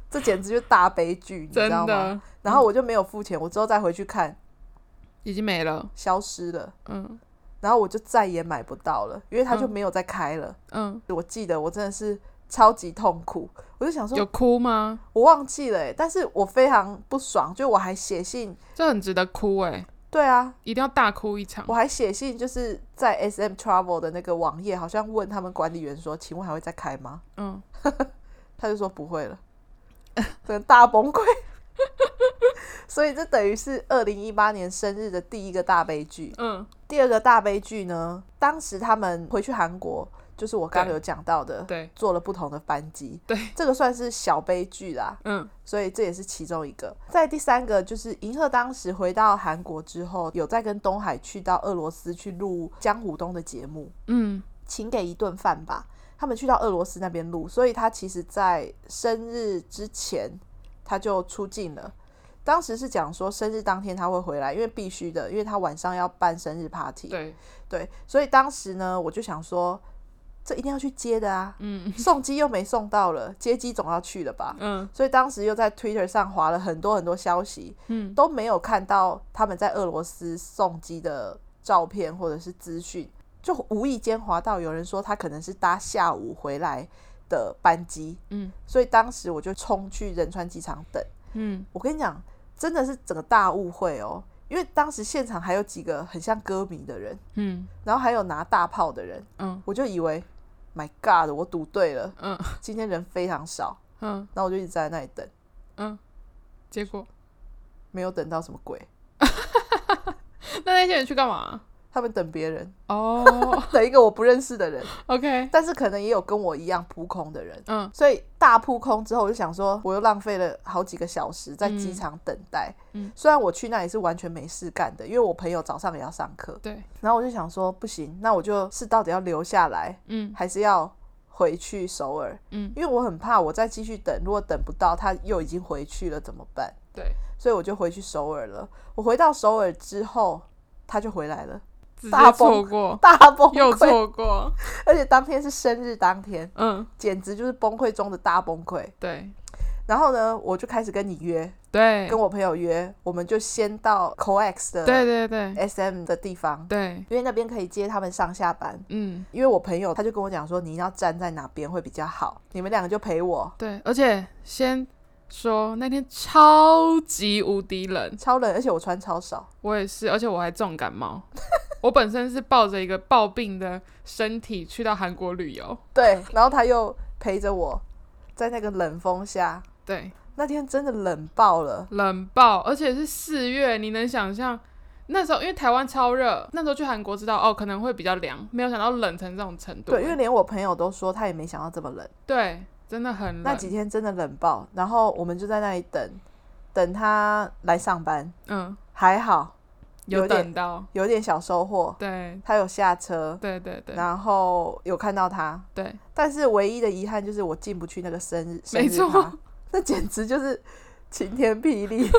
Speaker 1: 这简直就是大悲剧，你知道吗？然后我就没有付钱，我之后再回去看，
Speaker 2: 已经没了，
Speaker 1: 消失了。然后我就再也买不到了，因为它就没有再开了。我记得我真的是超级痛苦，我就想说，
Speaker 2: 有哭吗？
Speaker 1: 我忘记了但是我非常不爽，就我还写信，
Speaker 2: 这很值得哭
Speaker 1: 对啊，
Speaker 2: 一定要大哭一场。
Speaker 1: 我还写信，就是在 SM Travel 的那个网页，好像问他们管理员说，请问还会再开吗？他就说不会了，真的大崩溃。所以这等于是2018年生日的第一个大悲剧。第二个大悲剧呢，当时他们回去韩国，就是我刚刚有讲到的，对，坐了不同的班机，对，这个算是小悲剧啦。所以这也是其中一个。再第三个就是银赫当时回到韩国之后，有在跟东海去到俄罗斯去录江虎东的节目，请给一顿饭吧。他们去到俄罗斯那边录，所以他其实在生日之前他就出境了。当时是讲说生日当天他会回来，因为必须的，因为他晚上要办生日 party。 对，所以当时呢我就想说这一定要去接的啊，送机又没送到了，接机总要去了吧。所以当时又在 Twitter 上滑了很多很多消息，都没有看到他们在俄罗斯送机的照片或者是资讯，就无意间滑到有人说他可能是搭下午回来的班机。所以当时我就冲去仁川机场等。我跟你讲真的是整个大误会哦，因为当时现场还有几个很像歌迷的人，然后还有拿大炮的人，我就以为 My God 我赌对了，今天人非常少，然后我就一直站在那里等，
Speaker 2: 结果
Speaker 1: 没有等到什么鬼。
Speaker 2: 那些人去干嘛？
Speaker 1: 他们等别人等一个我不认识的人。
Speaker 2: OK，
Speaker 1: 但是可能也有跟我一样扑空的人。所以大扑空之后我就想说我又浪费了好几个小时在机场等待。虽然我去那里是完全没事干的，因为我朋友早上也要上课。对，然后我就想说不行，那我就是到底要留下来还是要回去首尔。因为我很怕我再继续等，如果等不到他又已经回去了怎么办？对，所以我就回去首尔了。我回到首尔之后他就回来了，
Speaker 2: 直接错过，
Speaker 1: 大崩溃，
Speaker 2: 又错过，
Speaker 1: 而且当天是生日当天，简直就是崩溃中的大崩溃。对，然后呢，我就开始跟你约，对，跟我朋友约，我们就先到 COEX 的，对 SM 的地方，对，因为那边可以接他们上下班。因为我朋友他就跟我讲说，你要站在哪边会比较好，你们两个就陪我。
Speaker 2: 对，而且先说那天超级无敌冷，
Speaker 1: 超冷，而且我穿超少。
Speaker 2: 我也是，而且我还重感冒。我本身是抱着一个暴病的身体去到韩国旅游，
Speaker 1: 对，然后他又陪着我在那个冷风下。对，那天真的冷爆了，
Speaker 2: 冷爆，而且是4月，你能想象那时候因为台湾超热，那时候去韩国知道可能会比较凉，没有想到冷成这种程度。
Speaker 1: 对，因为连我朋友都说他也没想到这么冷。
Speaker 2: 对，真的很冷，
Speaker 1: 那几天真的冷爆。然后我们就在那里等他来上班。还好
Speaker 2: 有等到，
Speaker 1: 有点小收获。对，他有下车，对，然后有看到他。对，但是唯一的遗憾就是我进不去那个生日
Speaker 2: 没错，
Speaker 1: 那简直就是晴天霹雳。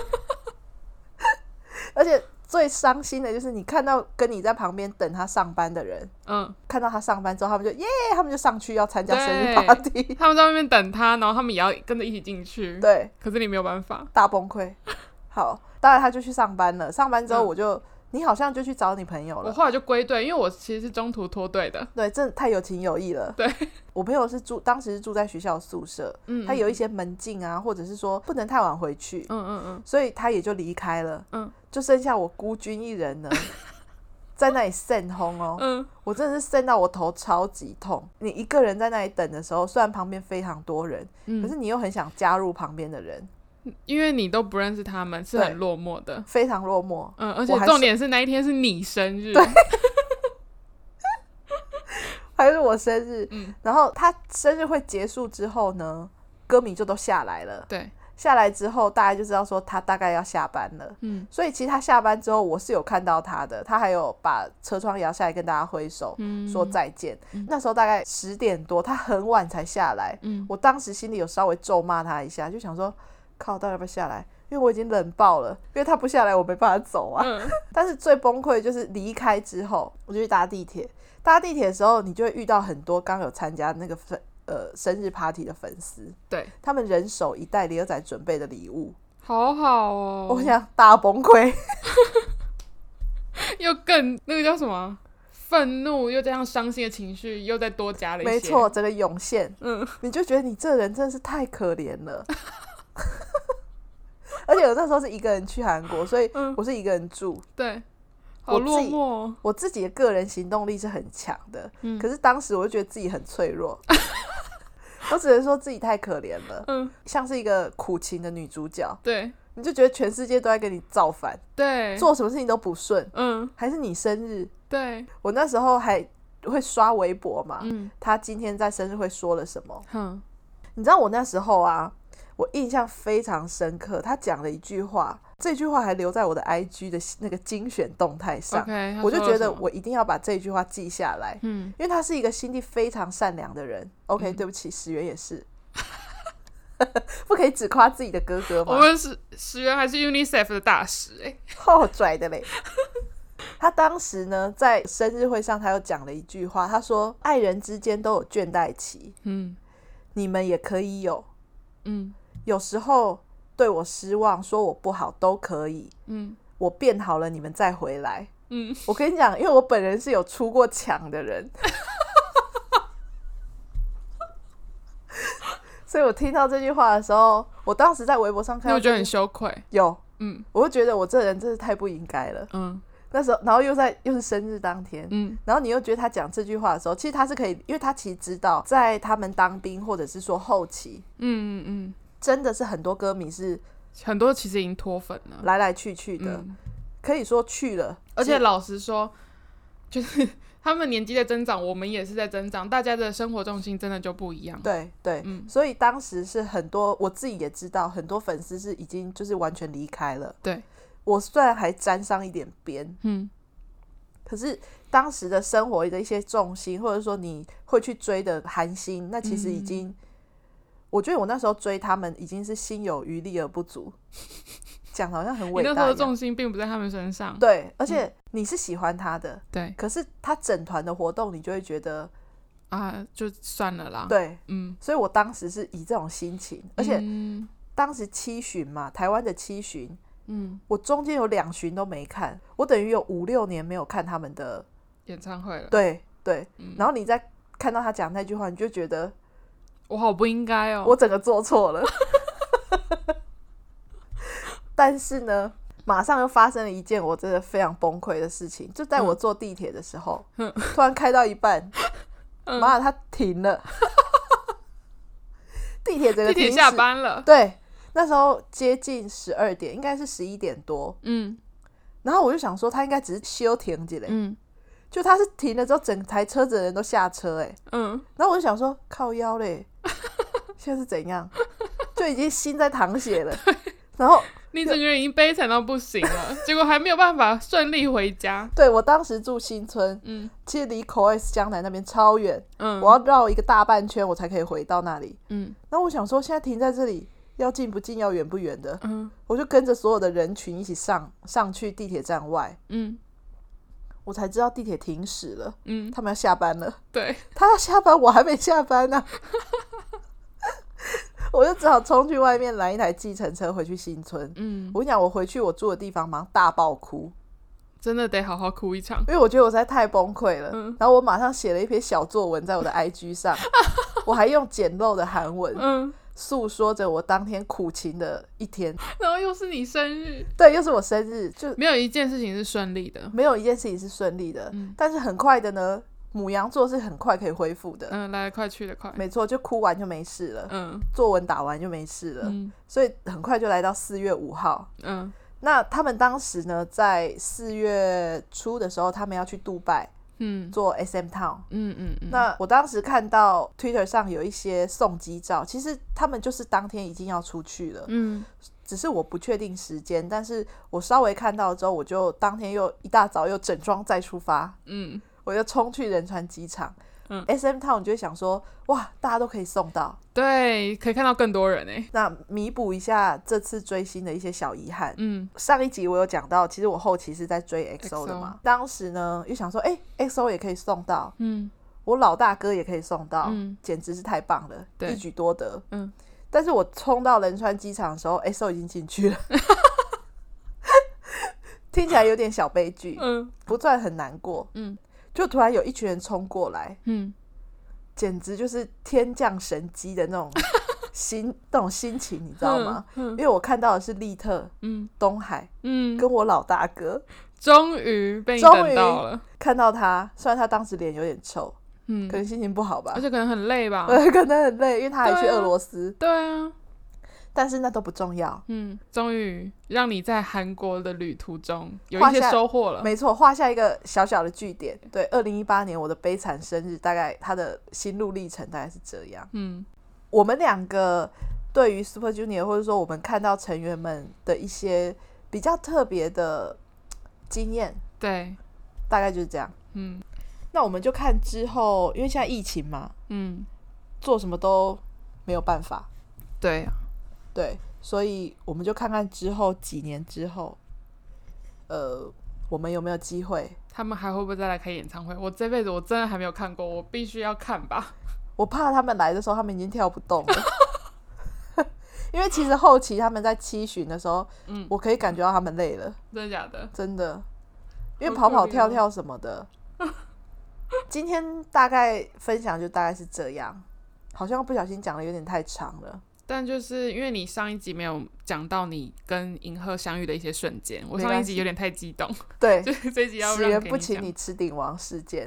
Speaker 1: 而且最伤心的就是你看到跟你在旁边等他上班的人，看到他上班之后他们就耶，他们就上去要参加生日 party，
Speaker 2: 他们在外面等他，然后他们也要跟着一起进去。对，可是你没有办法，
Speaker 1: 大崩溃。好，当然他就去上班了，上班之后我就你好像就去找你朋友了。
Speaker 2: 我后来就归队，因为我其实是中途脱队的。
Speaker 1: 对，真的太有情有义了。对，我朋友是当时是住在学校宿舍，他有一些门禁啊，或者是说不能太晚回去，所以他也就离开了。就剩下我孤军一人呢，在那里扇轰哦。我真的是扇到我头超级痛。你一个人在那里等的时候，虽然旁边非常多人，可是你又很想加入旁边的人。
Speaker 2: 因为你都不认识他们，是很落寞的，
Speaker 1: 非常落寞。
Speaker 2: 而且重点是那一天是你生日，
Speaker 1: 对，还是我生日。然后他生日会结束之后呢，歌迷就都下来了。对，下来之后大家就知道说他大概要下班了。所以其实他下班之后我是有看到他的，他还有把车窗摇下来跟大家挥手，说再见。那时候大概10点多，他很晚才下来。我当时心里有稍微咒骂他一下，就想说靠，到底要不要下来？因为我已经冷爆了，因为他不下来我没办法走啊。但是最崩溃就是离开之后我就去搭地铁，搭地铁的时候你就会遇到很多刚有参加那个生日 party 的粉丝，
Speaker 2: 对，
Speaker 1: 他们人手一袋李尔仔准备的礼物，
Speaker 2: 好好哦，
Speaker 1: 我想大崩溃，
Speaker 2: 又更那个叫什么愤怒，又加上伤心的情绪，又再多加了一些，
Speaker 1: 没错，整个涌现，你就觉得你这人真的是太可怜了。而且我那时候是一个人去韩国，所以我是一个人住，
Speaker 2: 对，好落寞。
Speaker 1: 我自己的个人行动力是很强的，可是当时我就觉得自己很脆弱。我只能说自己太可怜了，像是一个苦情的女主角，
Speaker 2: 对，
Speaker 1: 你就觉得全世界都在跟你造反，对，做什么事情都不顺，还是你生日，对，我那时候还会刷微博嘛，他今天在生日会说了什么，你知道我那时候啊，我印象非常深刻，他讲了一句话，这句话还留在我的 IG 的那个精选动态上，
Speaker 2: okay,
Speaker 1: 我就觉得我一定要把这句话记下来，因为他是一个心地非常善良的人。OK，对不起，石原也是。不可以只夸自己的哥哥吗？
Speaker 2: 我们石原还是 UNICEF 的大使
Speaker 1: 拽的嘞。他当时呢在生日会上他又讲了一句话，他说爱人之间都有倦怠期，你们也可以有，有时候对我失望说我不好都可以，我变好了你们再回来，我跟你讲，因为我本人是有出过墙的人。所以我听到这句话的时候，我当时在微博上看到，
Speaker 2: 我觉得很羞愧，
Speaker 1: 有，我就觉得我这人真是太不应该了，那时候，然后又是生日当天，然后你又觉得他讲这句话的时候，其实他是可以，因为他其实知道，在他们当兵或者是说后期，真的是很多歌迷是
Speaker 2: 很多其实已经脱粉了，
Speaker 1: 来来去去的，可以说去了，
Speaker 2: 而且老实说，就是他们年纪的增长，我们也是在增长，大家的生活重心真的就不一样。
Speaker 1: 对对，所以当时是很多，我自己也知道，很多粉丝是已经就是完全离开了。对，我虽然还沾上一点边，可是当时的生活的一些重心，或者说你会去追的韩星，那其实已经，我觉得我那时候追他们已经是心有余力而不足。讲的好像很伟大一样，
Speaker 2: 你那时候的重心并不在他们身上。
Speaker 1: 对，而且你是喜欢他的，对，可是他整团的活动你就会觉得
Speaker 2: 啊，就算了啦。
Speaker 1: 对，所以我当时是以这种心情，而且当时7巡嘛，台湾的7巡，我中间有2巡都没看，我等于有5-6年没有看他们的
Speaker 2: 演唱会了。
Speaker 1: 对对，然后你再看到他讲那句话，你就觉得
Speaker 2: 我好不应该哦，
Speaker 1: 我整个做错了。但是呢，马上又发生了一件我真的非常崩溃的事情，就在我坐地铁的时候，突然开到一半，妈的，它停了，地铁整个停驶，
Speaker 2: 地铁下班了。
Speaker 1: 对，那时候接近12点，应该是11点多，然后我就想说，他应该只是休停一下，就他是停了之后，整台车子的人都下车，然后我就想说，靠腰嘞，现在是怎样？就已经心在淌血了，然后。
Speaker 2: 你整个人已经悲惨到不行了，结果还没有办法顺利回家。
Speaker 1: 对，我当时住新村，其实离 COEX 江南那边超远，我要绕一个大半圈我才可以回到那里。那我想说，现在停在这里，要近不近，要远不远的，我就跟着所有的人群一起上去地铁站外。我才知道地铁停驶了，他们要下班了。
Speaker 2: 对，
Speaker 1: 他要下班，我还没下班呢。我就只好冲去外面拦一台计程车回去新村。我跟你讲，我回去我住的地方马上大爆哭，
Speaker 2: 真的得好好哭一场，
Speaker 1: 因为我觉得我实在太崩溃了。然后我马上写了一篇小作文在我的 IG 上，我还用简陋的韩文诉说着我当天苦情的一天。
Speaker 2: 然后又是你生日，
Speaker 1: 对，又是我生日，就
Speaker 2: 没有一件事情是顺利的，
Speaker 1: 没有一件事情是顺利的。但是很快的呢，牡羊座是很快可以恢复的，
Speaker 2: 来得快去得快，
Speaker 1: 没错，就哭完就没事了，作文打完就没事了，所以很快就来到4月5号。那他们当时呢，在4月初的时候，他们要去杜拜，做 SM Town。那我当时看到 Twitter 上有一些送机照，其实他们就是当天已经要出去了，只是我不确定时间，但是我稍微看到之后，我就当天又一大早又整装再出发，我就冲去仁川机场。SM Town 你就会想说，哇，大家都可以送到，
Speaker 2: 对，可以看到更多人耶。
Speaker 1: 那弥补一下这次追星的一些小遗憾。上一集我有讲到，其实我后期是在追 XO 的嘛，当时呢又想说，XO 也可以送到， 我老大哥也可以送到，简直是太棒了，一举多得。但是我冲到仁川机场的时候，SO 已经进去了。听起来有点小悲剧，不算很难过。就突然有一群人冲过来，简直就是天降神机的那种心情，你知道吗？因为我看到的是利特、东海，跟我老大哥，
Speaker 2: 终于被你等到了。
Speaker 1: 看到他，虽然他当时脸有点臭，可能心情不好吧，
Speaker 2: 而且可能很累吧，
Speaker 1: 可能很累，因为他还去俄罗斯。
Speaker 2: 对啊。
Speaker 1: 但是那都不重要，
Speaker 2: 终于让你在韩国的旅途中有一些收获了。
Speaker 1: 没错，画下一个小小的句点。对，2018年我的悲惨生日，大概他的心路历程大概是这样。我们两个对于 Super Junior 或者说我们看到成员们的一些比较特别的经验，
Speaker 2: 对，
Speaker 1: 大概就是这样。那我们就看之后，因为现在疫情嘛，做什么都没有办法。
Speaker 2: 对啊。
Speaker 1: 对，所以我们就看看之后几年之后，我们有没有机会？
Speaker 2: 他们还会不会再来开演唱会？我这辈子我真的还没有看过，我必须要看吧。
Speaker 1: 我怕他们来的时候，他们已经跳不动了。因为其实后期他们在七巡的时候，我可以感觉到他们累了。
Speaker 2: 真的假的？
Speaker 1: 真的，因为跑跑跳跳什么的。今天大概分享就大概是这样，好像不小心讲的有点太长了。
Speaker 2: 但就是因为你上一集没有讲到你跟银赫相遇的一些瞬间，我上一集有点太激动。
Speaker 1: 对，
Speaker 2: 就是这集要让
Speaker 1: 喜人不请你吃鼎王事件。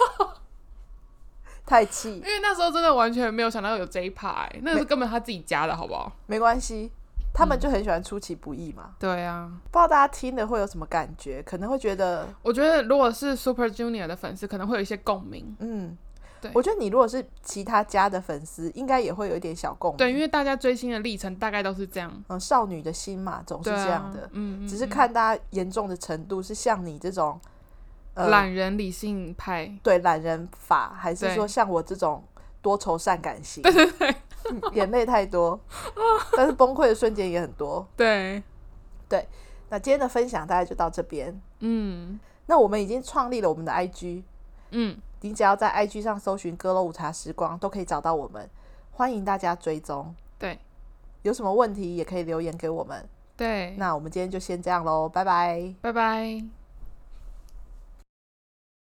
Speaker 1: 太气，
Speaker 2: 因为那时候真的完全没有想到有这一趴，那个是根本他自己加的好不好？
Speaker 1: 没关系，他们就很喜欢出其不意嘛。
Speaker 2: 对啊，
Speaker 1: 不知道大家听了会有什么感觉，可能会觉得，
Speaker 2: 我觉得如果是 Super Junior 的粉丝可能会有一些共鸣。对，
Speaker 1: 我觉得你如果是其他家的粉丝应该也会有一点小共鸣。
Speaker 2: 对，因为大家追星的历程大概都是这样。
Speaker 1: 少女的心嘛，总是这样的。只是看大家严重的程度是像你这种
Speaker 2: 懒人理性派，
Speaker 1: 对，懒人法，还是说像我这种多愁善感型？
Speaker 2: 对，
Speaker 1: 眼泪太多，但是崩溃的瞬间也很多。
Speaker 2: 对，
Speaker 1: 那今天的分享大概就到这边。那我们已经创立了我们的 IG。你只要在 IG 上搜寻阁楼午茶时光都可以找到我们，欢迎大家追踪。
Speaker 2: 对，
Speaker 1: 有什么问题也可以留言给我们。
Speaker 2: 对，
Speaker 1: 那我们今天就先这样咯，拜拜。
Speaker 2: 拜拜。